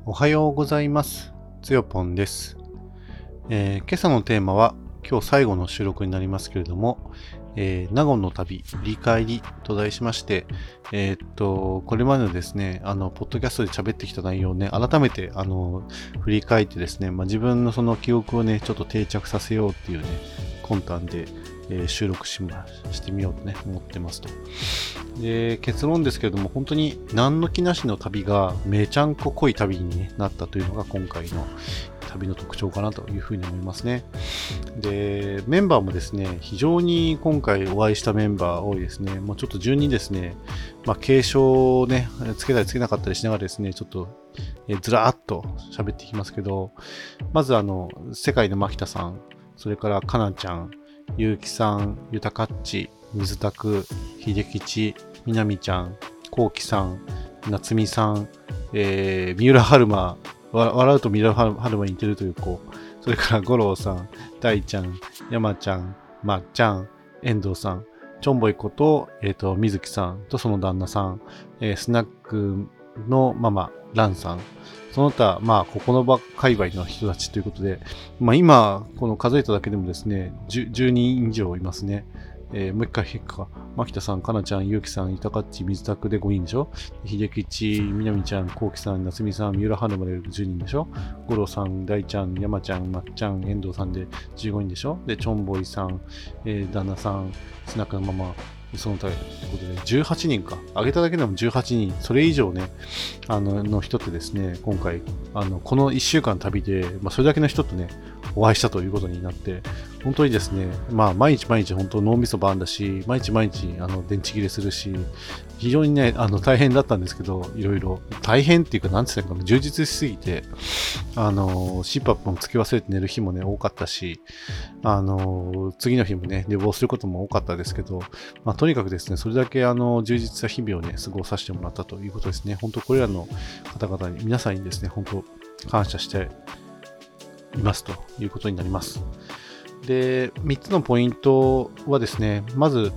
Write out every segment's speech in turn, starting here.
おはようございます。つよぽんです。今朝のテーマは今日最後の収録になりますけれども、納言の旅振り返りと題しまして、これまでのですね、ポッドキャストで喋ってきた内容をね、改めて振り返ってですね、自分のその記憶をね、ちょっと定着させようっていうね、魂胆で、収録してみようとね、思ってますと。で、結論ですけれども、本当に何の気なしの旅がめちゃんこ濃い旅になったというのが今回の旅の特徴かなというふうに思いますね。で、メンバーもですね、非常に今回お会いしたメンバー多いですね。もうちょっと順にですね、継承をね、つけたりつけなかったりしながらですね、ちょっとずらーっと喋っていきますけど、まず世界の牧田さん、それからかなちゃん、ゆうきさん、ゆたかっち、水たく、ひできち、みなみちゃん、こうきさん、なつみさん、三浦春馬、笑うと三浦春馬に似てるという子、それから五郎さん、大ちゃん、山ちゃん、まっちゃん、遠藤さん、ちょんぼいこと、水木さんとその旦那さん、スナックのママ、ランさん、その他、ここの場界隈の人たちということで、今、この数えただけでもですね、10人以上いますね。もう一回引くか。牧田さん、かなちゃん、ゆうきさん、いたかっち、水たくで5人でしょ。秀吉、みなみちゃん、こうきさん、なつみさん、三浦春馬で10人でしょ。五郎さん、大ちゃん、山ちゃん、まっちゃん、遠藤さんで15人でしょ。で、ちょんぼいさん、旦那さん、スナックのママ、その他ということで、18人か。挙げただけでも18人、それ以上ね、の人ってですね、今回、この1週間旅で、それだけの人とね、お会いしたということになって、本当にですね、毎日毎日本当脳みそバーンだし、毎日毎日電池切れするし、非常にね、大変だったんですけど、いろいろ。大変っていうか、なんて言ったかな、充実しすぎて、CPAP もつけ忘れて寝る日もね、多かったし、次の日もね、寝坊することも多かったですけど、とにかくですね、それだけ充実した日々をね、過ごさせてもらったということですね。本当これらの方々に、皆さんにですね、本当感謝していますということになります。で、3つのポイントはですね、まず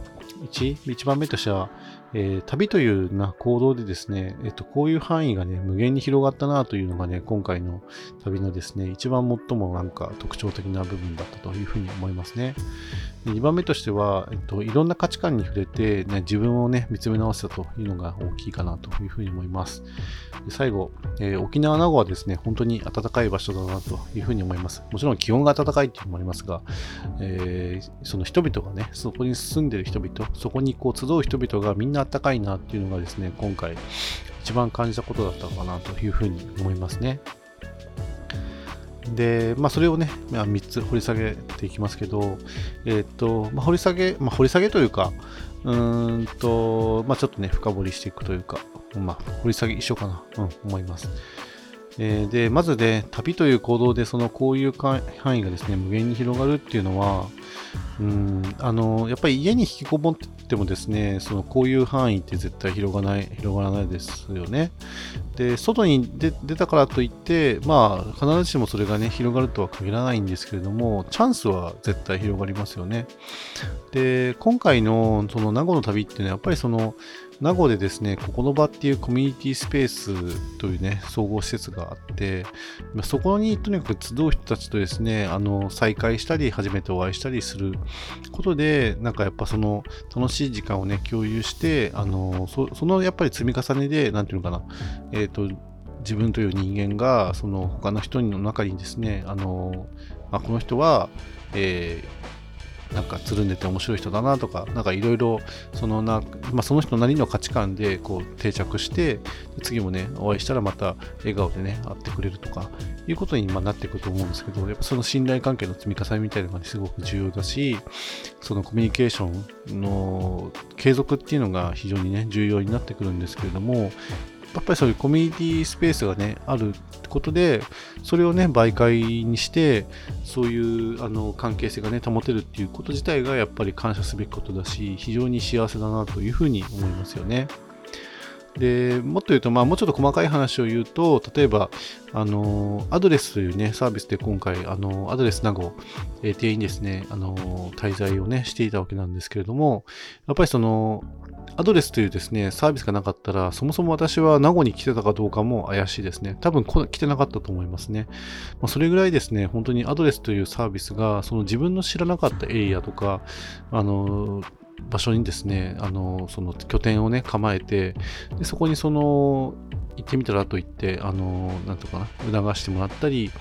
1番目としては、旅という行動でですね、こういう範囲がね、無限に広がったなというのがね、今回の旅のですね、一番最も特徴的な部分だったというふうに思いますね。で2番目としては、いろんな価値観に触れて、ね、自分をね、見つめ直したというのが大きいかなというふうに思います。で最後、沖縄名護はですね、本当に暖かい場所だなというふうに思います。もちろん気温が暖かいっていうのもありますが、その人々がね、そこに住んでる人々、そこに集う人々がみんな暖かいなっていうのがですね、今回一番感じたことだったかなというふうに思いますね。で、それをね、3つ掘り下げていきますけど、掘り下げというか、ちょっとね、深掘りしていくというか、掘り下げ一緒かな、思います。で、まずね、旅という行動で、こういう範囲がですね、無限に広がるっていうのは、やっぱり家に引きこもってもですね、こういう範囲って絶対広がらないですよね。で、外に出たからといって、必ずしもそれがね、広がるとは限らないんですけれども、チャンスは絶対広がりますよね。で、今回の名護の旅っていうのは、やっぱり名護でですね、ここの場っていうコミュニティスペースというね、総合施設があって、そこにとにかく集う人たちとですね、再会したり、初めてお会いしたりすることで、やっぱ楽しい時間をね、共有して、そのやっぱり積み重ねで、なんていうのかな、自分という人間が、他の人の中にですね、この人は、つるんでて面白い人だなとか、いろいろその人なりの価値観で定着して、次もね、お会いしたらまた笑顔でね、会ってくれるとか、いうことになっていくと思うんですけど、やっぱその信頼関係の積み重ねみたいなのが、ね、すごく重要だし、そのコミュニケーションの継続っていうのが非常にね、重要になってくるんですけれども、やっぱりそういうコミュニティスペースがね、あることで、それをね、媒介にして、そういう関係性がね、保てるっていうこと自体がやっぱり感謝すべきことだし、非常に幸せだなというふうに思いますよね。 で、もっと言うと、もうちょっと細かい話を言うと、例えば、アドレスというね、サービスで今回、アドレス名護、店員ですね、滞在をね、していたわけなんですけれども、やっぱりアドレスというですね、サービスがなかったら、そもそも私は名護に来てたかどうかも怪しいですね。多分来てなかったと思いますね。それぐらいですね、本当にアドレスというサービスが、その自分の知らなかったエリアとか、場所にですね、その拠点をね、構えて、でそこに行ってみたらと言って、なんとかな、促してもらったり、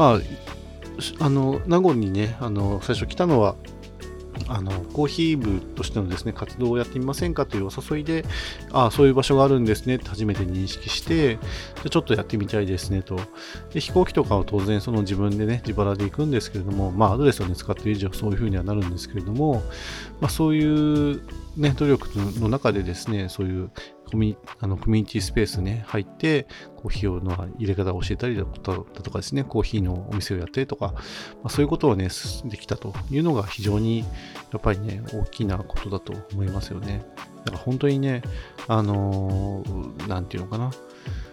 名護にね、最初来たのは、コーヒー部としてのですね、活動をやってみませんかというお誘いで、そういう場所があるんですねって初めて認識して、ちょっとやってみたいですねと。で、飛行機とかは当然自分でね、自腹で行くんですけれども、アドレスをね、使っている以上そういう風にはなるんですけれども、そういうね、努力の中でですね、そういうコミュニティスペースね、入って、コーヒーの入れ方を教えたりだとかですね、コーヒーのお店をやったりとか、そういうことをね、できたというのが非常に、やっぱりね、大きなことだと思いますよね。だから本当にね、なんていうのかな、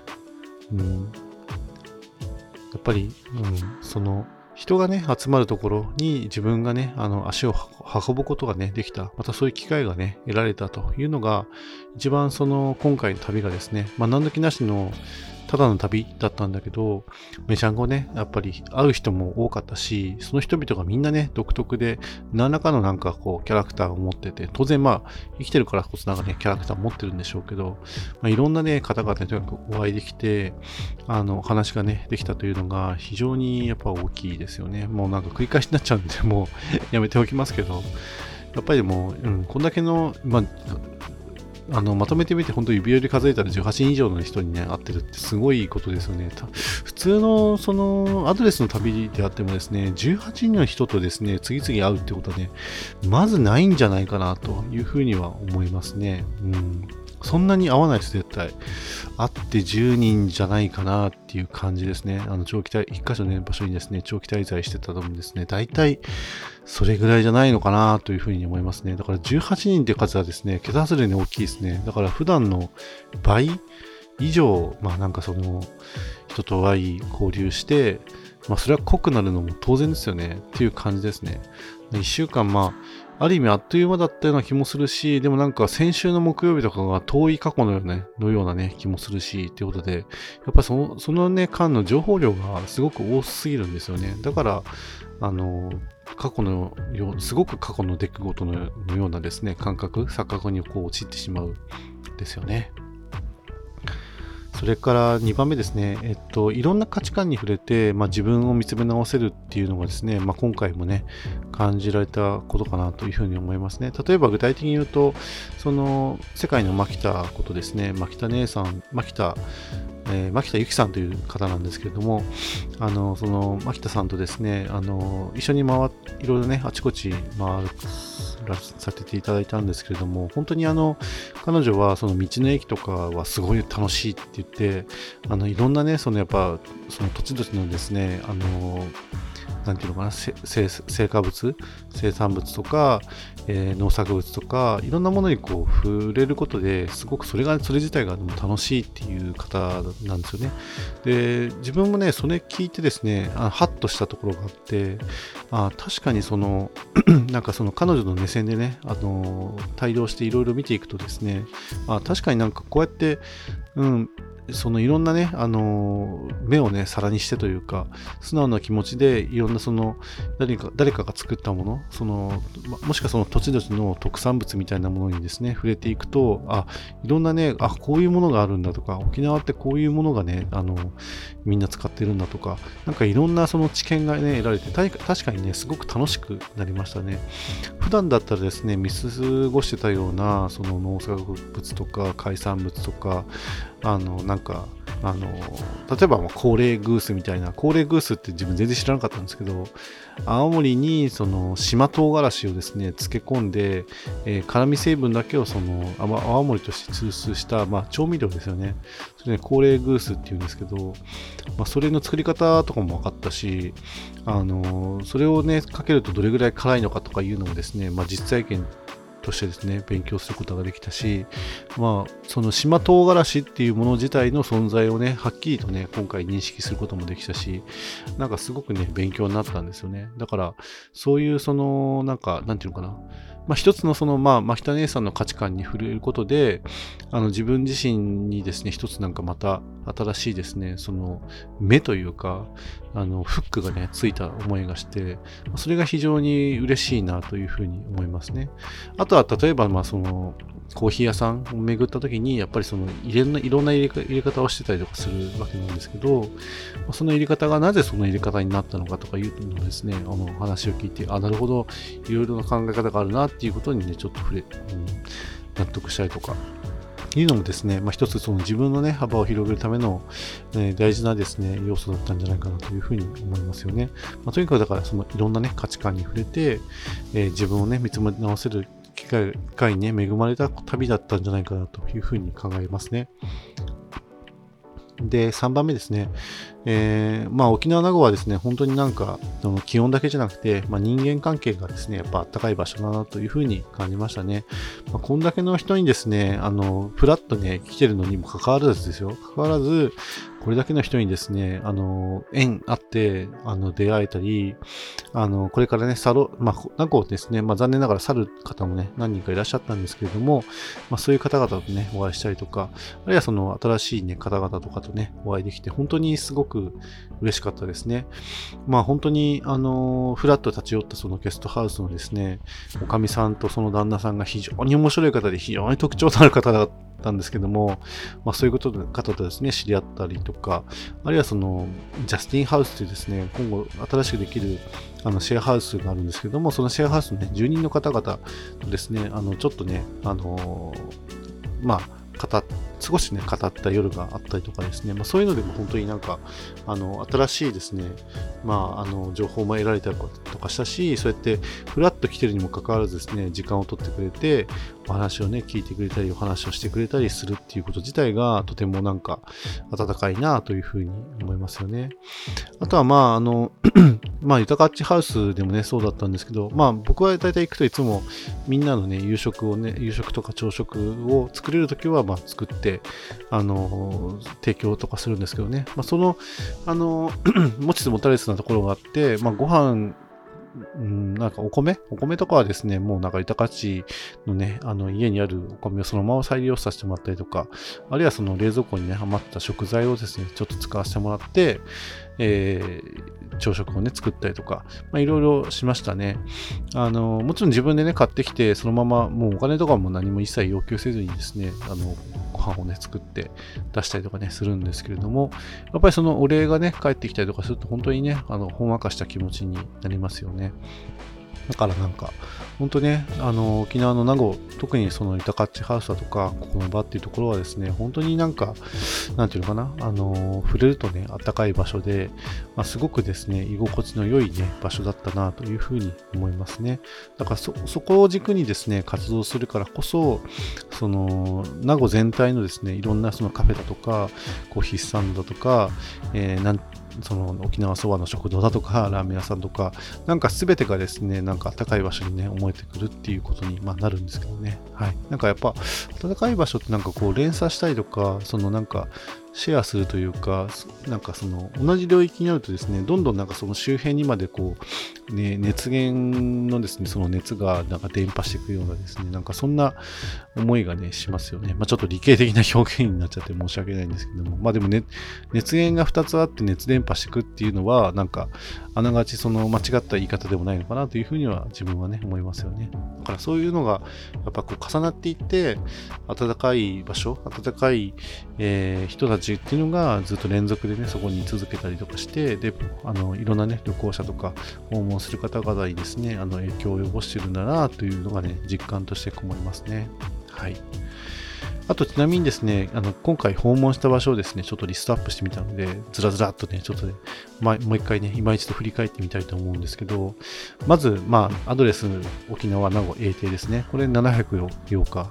やっぱり、人がね、集まるところに自分がね、足を運ぶことがね、できた。またそういう機会がね、得られたというのが、一番今回の旅がですね、何の気なしの、ただの旅だったんだけど、めちゃんこね、やっぱり会う人も多かったし、その人々がみんなね、独特で、何らかのキャラクターを持ってて、当然生きてるからこそキャラクターを持ってるんでしょうけど、いろんなね、方々にとにかくお会いできて、話がね、できたというのが非常にやっぱ大きいですよね。もう繰り返しになっちゃうんで、もうやめておきますけど、やっぱりもう、こんだけの、まとめてみて、本当に指折り数えたら18人以上の人にね、会ってるってすごいことですよね。普通の、アドレスの旅であってもですね、18人の人とですね、次々会うってことはね、まずないんじゃないかなというふうには思いますね。そんなに会わないです、絶対。会って10人じゃないかなっていう感じですね。一箇所ね、場所にですね、長期滞在してたと思うんですね。大体、それぐらいじゃないのかなというふうに思いますね。だから18人って数はですね、桁外れに大きいですね。だから普段の倍以上、人と会い、交流して、それは濃くなるのも当然ですよね。っていう感じですね。1週間、ある意味あっという間だったような気もするし、でも先週の木曜日とかが遠い過去のようなね、気もするし、ということで、やっぱりそのね、間の情報量がすごく多すぎるんですよね。だから、すごく過去の出来事のようなですね、錯覚に陥ってしまうんですよね。それから2番目ですね、いろんな価値観に触れて、自分を見つめ直せるっていうのがですね、今回もね、感じられたことかなというふうに思いますね。例えば具体的に言うと、世界の牧田ことですね、牧田由紀さんという方なんですけれども、牧田さんとですね、一緒にいろいろね、あちこち回らさせていただいたんですけれども、本当に彼女は道の駅とかはすごい楽しいって言って、いろんなね、やっぱ、土地土地のですね、なんていうのかな、生産物とか、農作物とか、いろんなものに触れることですごくそれ自体が楽しいっていう方なんですよね。で、自分もね、それ聞いてですね、ハッとしたところがあって、確かに彼女の目線でね、帯同していろいろ見ていくとですね、確かにこうやって、いろんなね、目をね、皿にしてというか、素直な気持ちで、いろんな誰かが作ったもの、もしくは土地土地の特産物みたいなものにですね、触れていくと、いろんなね、こういうものがあるんだとか、沖縄ってこういうものがね、みんな使ってるんだとか、いろんな知見がね、得られて、確かにね、すごく楽しくなりましたね。普段だったらですね、見過ごしてたような、農作物とか海産物とか、例えば高齢グースみたいな、高齢グースって自分全然知らなかったんですけど、青森に島唐辛子をですね漬け込んで、辛味成分だけを青森として抽出した、調味料ですよね。それね、高齢グースっていうんですけど、それの作り方とかも分かったし、それをねかけるとどれぐらい辛いのかとかいうのもですね、実体験としてですね、勉強することができたし、その島唐辛子っていうもの自体の存在をね、はっきりとね、今回認識することもできたし、なんかすごくね、勉強になったんですよね。だから、そういうなんていうのかな、一つの牧田姉さんの価値観に触れることで、自分自身にですね、一つなんかまた新しいですね、その目というか、フックがね、ついた思いがして、それが非常に嬉しいなというふうに思いますね。あとは、例えば、コーヒー屋さんを巡った時に、やっぱりいろんな入れ方をしてたりとかするわけなんですけど、その入れ方がなぜその入れ方になったのかとかいうのをですね、話を聞いて、なるほど、いろいろな考え方があるなっていうことにね、ちょっと納得したりとか、いうのもですね、一つその自分のね、幅を広げるための、大事なですね、要素だったんじゃないかなというふうに思いますよね。とにかくだから、いろんなね、価値観に触れて、自分をね、見つめ直せる機会にね、恵まれた旅だったんじゃないかなというふうに考えますね。で、3番目ですね。沖縄名護はですね、本当になんか、気温だけじゃなくて、人間関係がですね、やっぱ暖かい場所だなというふうに感じましたね。こんだけの人にですね、フラッとね、来てるのにもかかわらずですよ。かかわらず、これだけの人にですね、縁あって、出会えたり、これからね、名護をですね、残念ながら去る方もね、何人かいらっしゃったんですけれども、そういう方々とね、お会いしたりとか、あるいは新しいね、方々とかとね、お会いできて、本当にすごく嬉しかったですね。本当に、フラッと立ち寄ったそのゲストハウスのですね、おかみさんとその旦那さんが非常に面白い方で、非常に特徴のある方だったんですけども、そういう方とですね、知り合ったりとか、あるいはジャスティンハウスというですね、今後新しくできるシェアハウスがあるんですけども、そのシェアハウスのね、住人の方々とですね、ちょっとね、少しね、語った夜があったりとかですね、そういうのでも本当になんか、新しいですね、情報も得られたりとかしたし、そうやってフラッと来てるにもかかわらずですね、時間を取ってくれて、お話をね、聞いてくれたり、お話をしてくれたりするっていうこと自体が、とてもなんか、温かいなというふうに思いますよね。あとはユタカッチハウスでもね、そうだったんですけど、僕は大体行くといつもみんなのね、夕食とか朝食を作れるときは、作って、提供とかするんですけどね。持ちつ持たれつなところがあって、ご飯、なんかお米とかはですね、もうなんか豊か地のね、家にあるお米をそのまま再利用させてもらったりとか、あるいはその冷蔵庫にね、余った食材をですね、ちょっと使わせてもらって、朝食をね、作ったりとか、いろいろしましたね。もちろん自分でね、買ってきて、そのままもうお金とかも何も一切要求せずにですね、ご飯をね、作って出したりとかね、するんですけれども、やっぱりそのお礼がね、返ってきたりとかすると、本当にね、ほんわかした気持ちになりますよね。だからなんか、本当ね、沖縄の名護、特にそのイタカッチハウスだとか、ここの場っていうところはですね、本当になんか、なんていうのかな、触れるとね、暖かい場所で、すごくですね、居心地の良いね、場所だったなというふうに思いますね。だからそこを軸にですね、活動するからこそ、名護全体のですね、いろんなそのカフェだとか、コーヒースタンドだとか、沖縄そばの食堂だとか、ラーメン屋さんとか、なんか全てがですね、なんか暖かい場所にね、思えてくるっていうことに、なるんですけどね。はい。なんかやっぱ、暖かい場所ってなんかこう連鎖したりとか、なんか、シェアするというか、なんか同じ領域になるとですね、どんどんなんかその周辺にまでこう、ね、熱源のですね、その熱がなんか伝播していくようなですね、なんかそんな思いがね、しますよね。ちょっと理系的な表現になっちゃって申し訳ないんですけども、でもね、熱源が2つあって熱伝播していくっていうのは、なんか、あながち間違った言い方でもないのかなというふうには自分はね、思いますよね。だからそういうのが、やっぱこう重なっていって、暖かい場所、暖かい、人たちっていうのがずっと連続でね、そこに居続けたりとかして、で、いろんなね、旅行者とか訪問する方々にですね、影響を及ぼしているんだなというのがね、実感として思いますね。はい。あとちなみにですね、今回訪問した場所をですね、ちょっとリストアップしてみたので、ずらずらっとね、ちょっとね、もう一回ね、今一度振り返ってみたいと思うんですけど、まず、アドレス、沖縄名護永定ですね。これ708日。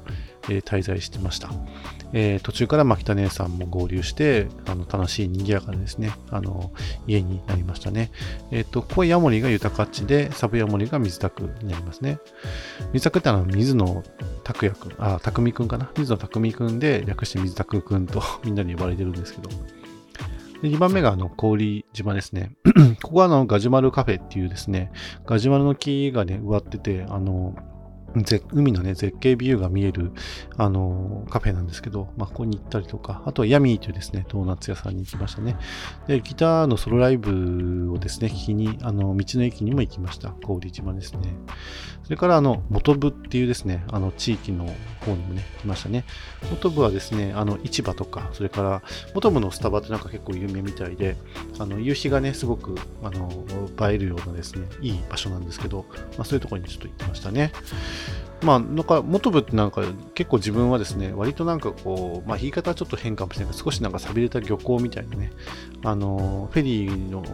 滞在してました。途中から牧田姉さんも合流して、楽しい賑やかなですね、家になりましたね。ここヤモリが豊かっちで、サブヤモリが水田区になりますね。水田区って水野拓也くん、匠くんかな。水野匠くんで、略して水田くんとみんなに呼ばれてるんですけど。で2番目が氷島ですね。ここはガジュマルカフェっていうですね、ガジュマルの木がね、植わってて、海のね、絶景ビューが見える、カフェなんですけど、ここに行ったりとか、あとはヤミーというですね、ドーナツ屋さんに行きましたね。で、ギターのソロライブをですね、聞きに、道の駅にも行きました。郡島ですね。それから、元部っていうですね、地域の方にもね、来ましたね。元部はですね、市場とか、それから、元部のスタバってなんか結構有名みたいで、夕日がね、すごく、映えるようなですね、いい場所なんですけど、そういうところにちょっと行ってましたね。なんか、元部ってなんか結構自分はですね、割となんかこう、言い方はちょっと変かもしれないけど、少しなんか寂れた漁港みたいなね、フェリーの、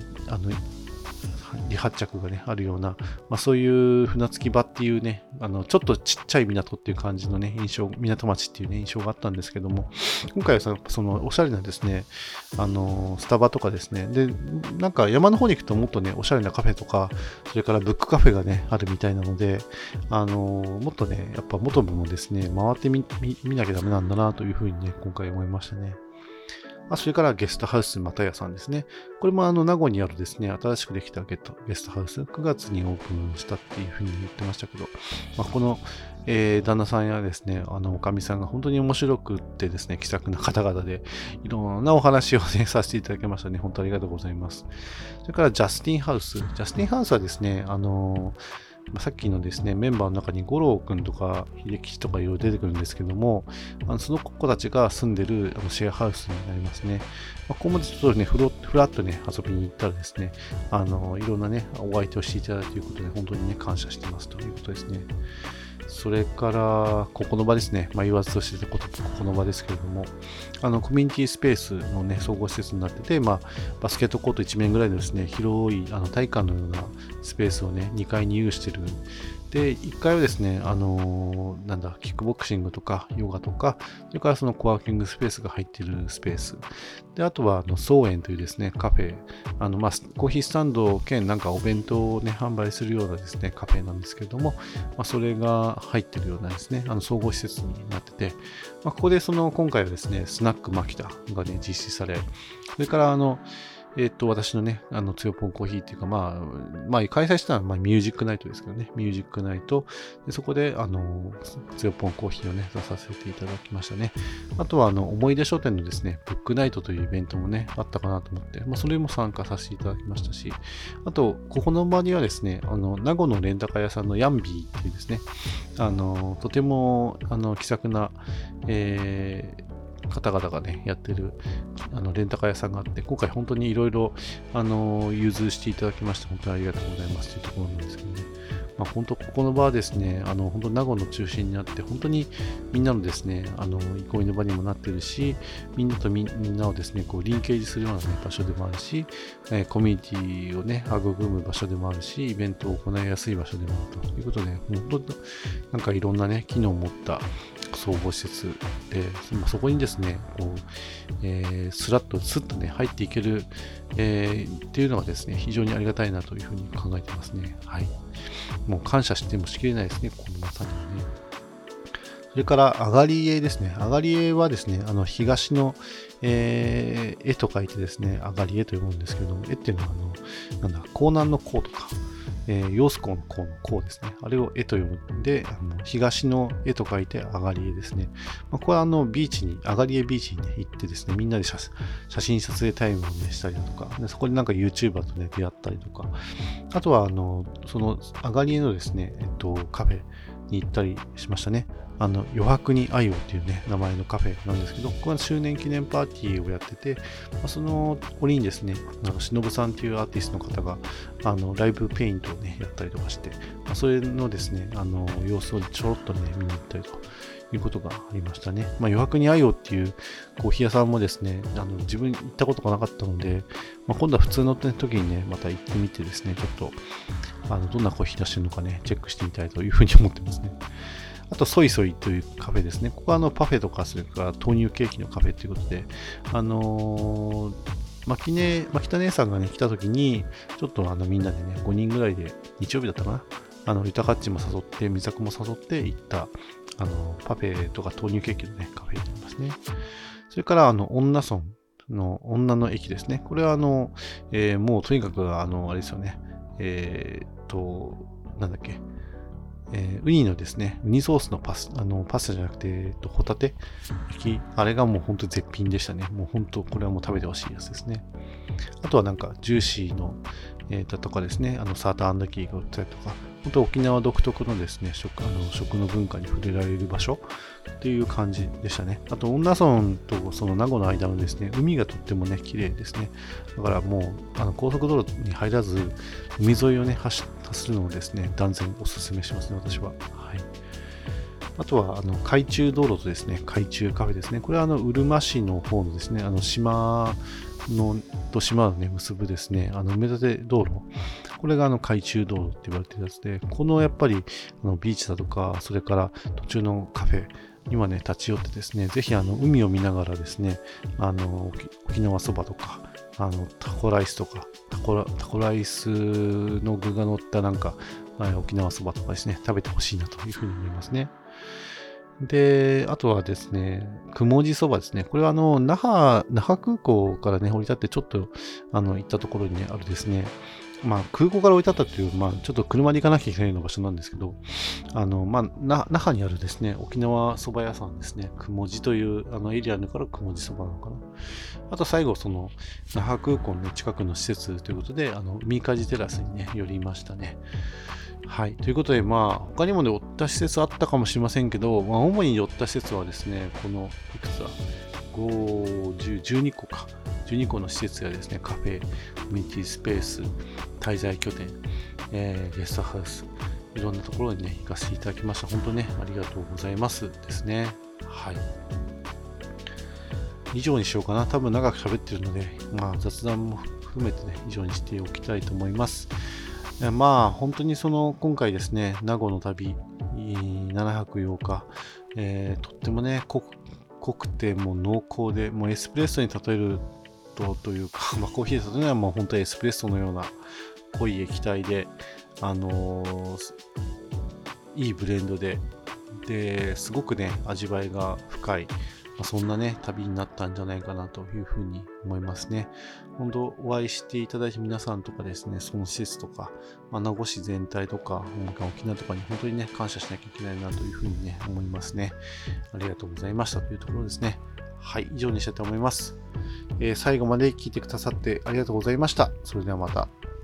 離発着がね、あるような、そういう船着き場っていうね、ちょっとちっちゃい港っていう感じのね、港町っていうね、印象があったんですけども、今回はそのおしゃれなですね、スタバとかですね、で、なんか山の方に行くともっとね、おしゃれなカフェとか、それからブックカフェがね、あるみたいなので、もっとね、やっぱ元部もですね、回ってみなきゃダメなんだなというふうにね、今回思いましたね。それからゲストハウス又屋さんですね。これも名護にあるですね、新しくできたゲストハウス、9月にオープンしたっていうふうに言ってましたけど、この、旦那さんやですね、おかみさんが本当に面白くってですね、気さくな方々で、いろんなお話をね、させていただきましたね。本当ありがとうございます。それからジャスティンハウス。ジャスティンハウスはですね、さっきのですね、メンバーの中に五郎くんとか秀吉とかいろいろ出てくるんですけども、その子たちが住んでるシェアハウスになりますね。ここまでちょっとね、ふらっとね、遊びに行ったらですね、いろんなね、お相手をしていただいたということで、本当にね、感謝してますということですね。それから、ここの場ですね。言わずとしてたこと、ここの場ですけれども、コミュニティスペースのね、総合施設になってて、バスケットコート1面ぐらいのですね、広い、体育館のようなスペースをね、2階に有してる。で、1階はですね、キックボクシングとか、ヨガとか、それからそのコワーキングスペースが入っているスペース。で、あとは、草園というですね、カフェ、コーヒースタンド兼なんかお弁当をね、販売するようなですね、カフェなんですけれども、それが入ってるようなですね、総合施設になってて、ここで今回はですね、スナックマキタがね、実施され、それから私のね、つよぽんコーヒーっていうか、開催したのはミュージックナイトですけどね、ミュージックナイト。でそこで、つよぽんコーヒーをね、出させていただきましたね。あとは、思い出書店のですね、ブックナイトというイベントもね、あったかなと思って、それも参加させていただきましたし、あと、ここの場にはですね、名護のレンタカー屋さんのヤンビーっていうですね、とても、気さくな、方々がね、やってるレンタカー屋さんがあって、今回本当にいろいろ融通していただきまして、本当にありがとうございますというところなんですけどね。本当、ここの場はですね、本当、名護の中心にあって、本当にみんなのですね、憩いの場にもなっているし、みんなとみんなをですね、こう、リンケージするような、ね、場所でもあるし、コミュニティをね、育む場所でもあるし、イベントを行いやすい場所でもあるということで、本当、なんかいろんなね、機能を持った総合施設で、そこにですね、こう、スッとね、入っていける、っていうのがですね、非常にありがたいなというふうに考えてますね。はい。もう感謝してもしきれないですね、このまさにね。それから、あがり絵ですね。あがり絵はですね、東の、絵と書いてですね、あがり絵と読むんですけれども、絵っていうのは、江南の江とか、揚子江の江の江ですね。あれを絵と読むんで、東の絵と書いてあがり絵ですね。これはビーチに、あがり絵ビーチに、ね、行ってですね、みんなで写真撮影タイムをね、したりだとか、でそこでなんか YouTuber とね、出会ったりとか、あとは、そのあがり絵のですね、カフェに行ったりしましたね。余白に愛をっていうね、名前のカフェなんですけど、ここは周年記念パーティーをやってて、その折にですね、しのぶさんっていうアーティストの方が、ライブペイントをね、やったりとかして、それのですね、様子をちょろっとね、見に行ったりということがありましたね。余白に愛をっていうコーヒー屋さんもですね、自分行ったことがなかったので、今度は普通の時にね、また行ってみてですね、ちょっと、どんなコーヒー出してるのかね、チェックしてみたいというふうに思ってますね。 あと、ソイソイというカフェですね。ここはパフェとか、それから豆乳ケーキのカフェということで、マキタ姉さんがね、来た時に、ちょっとみんなでね、5人ぐらいで、日曜日だったかな。ユタカッチも誘って、ミザクも誘って行った、パフェとか豆乳ケーキのね、カフェになりますね。それから、女村の女の駅ですね。これはもうとにかく、あれですよね。なんだっけ。ウニのですね、ウニソースのパスタじゃなくて、ホタテ焼き、あれがもう本当に絶品でしたね。もう本当、これはもう食べてほしいやつですね。あとはなんか、ジューシーの、だとかですね、サーターアンダギーが売ったりとか、本当沖縄独特のですね、食の文化に触れられる場所っていう感じでしたね。あと、恩納村とその名護の間のですね、海がとってもね、綺麗ですね。だからもう、高速道路に入らず、海沿いをね、走るのをですね、断然お勧めしますね、私は。はい。あとは、海中道路とですね、海中カフェですね。これは、うるま市の方のですね、島と島をね、結ぶですね、埋め立て道路。これが海中道路って言われてるやつで、このやっぱりビーチだとか、それから途中のカフェにはね、立ち寄ってですね、ぜひ海を見ながらですね、沖縄そばとか、タコライスとか、タコライスの具が乗ったなんか、沖縄そばとかですね、食べてほしいなというふうに思いますね。で、あとはですね、くもじそばですね。これは那覇空港からね、降り立ってちょっと行ったところにね、あるですね、まあ空港から降り立ったという、まあちょっと車で行かなきゃいけないような場所なんですけど、那覇にあるですね、沖縄そば屋さんですね、くもじというエリアにからくもじそばなのかな。あと最後、那覇空港の近くの施設ということで、海かじテラスにね、寄りましたね。はい。ということで、他にもね、寄った施設あったかもしれませんけど、主に寄った施設はですね、この、いくつだ ?5、10、12個か。12個の施設がですね、カフェ、コミュニティスペース、滞在拠点、ゲストハウス、いろんなところにね、行かせていただきました。本当にね、ありがとうございますですね。はい。以上にしようかな。多分長く喋ってるので、雑談も含めてね、以上にしておきたいと思います。本当に今回ですね、名護の旅、7泊8日、とってもね、濃くてもう濃厚で、もうエスプレッソに例えるというか、コーヒーで例えるのはもう本当にエスプレッソのような濃い液体で、いいブレンドで、すごくね、味わいが深い、そんなね、旅になったんじゃないかなというふうに思いますね。本当、お会いしていただいた皆さんとかですね、その施設とか、名護市全体とか、沖縄とかに本当にね、感謝しなきゃいけないなというふうにね、思いますね。ありがとうございましたというところですね。はい、以上にしたいと思います。最後まで聞いてくださってありがとうございました。それではまた。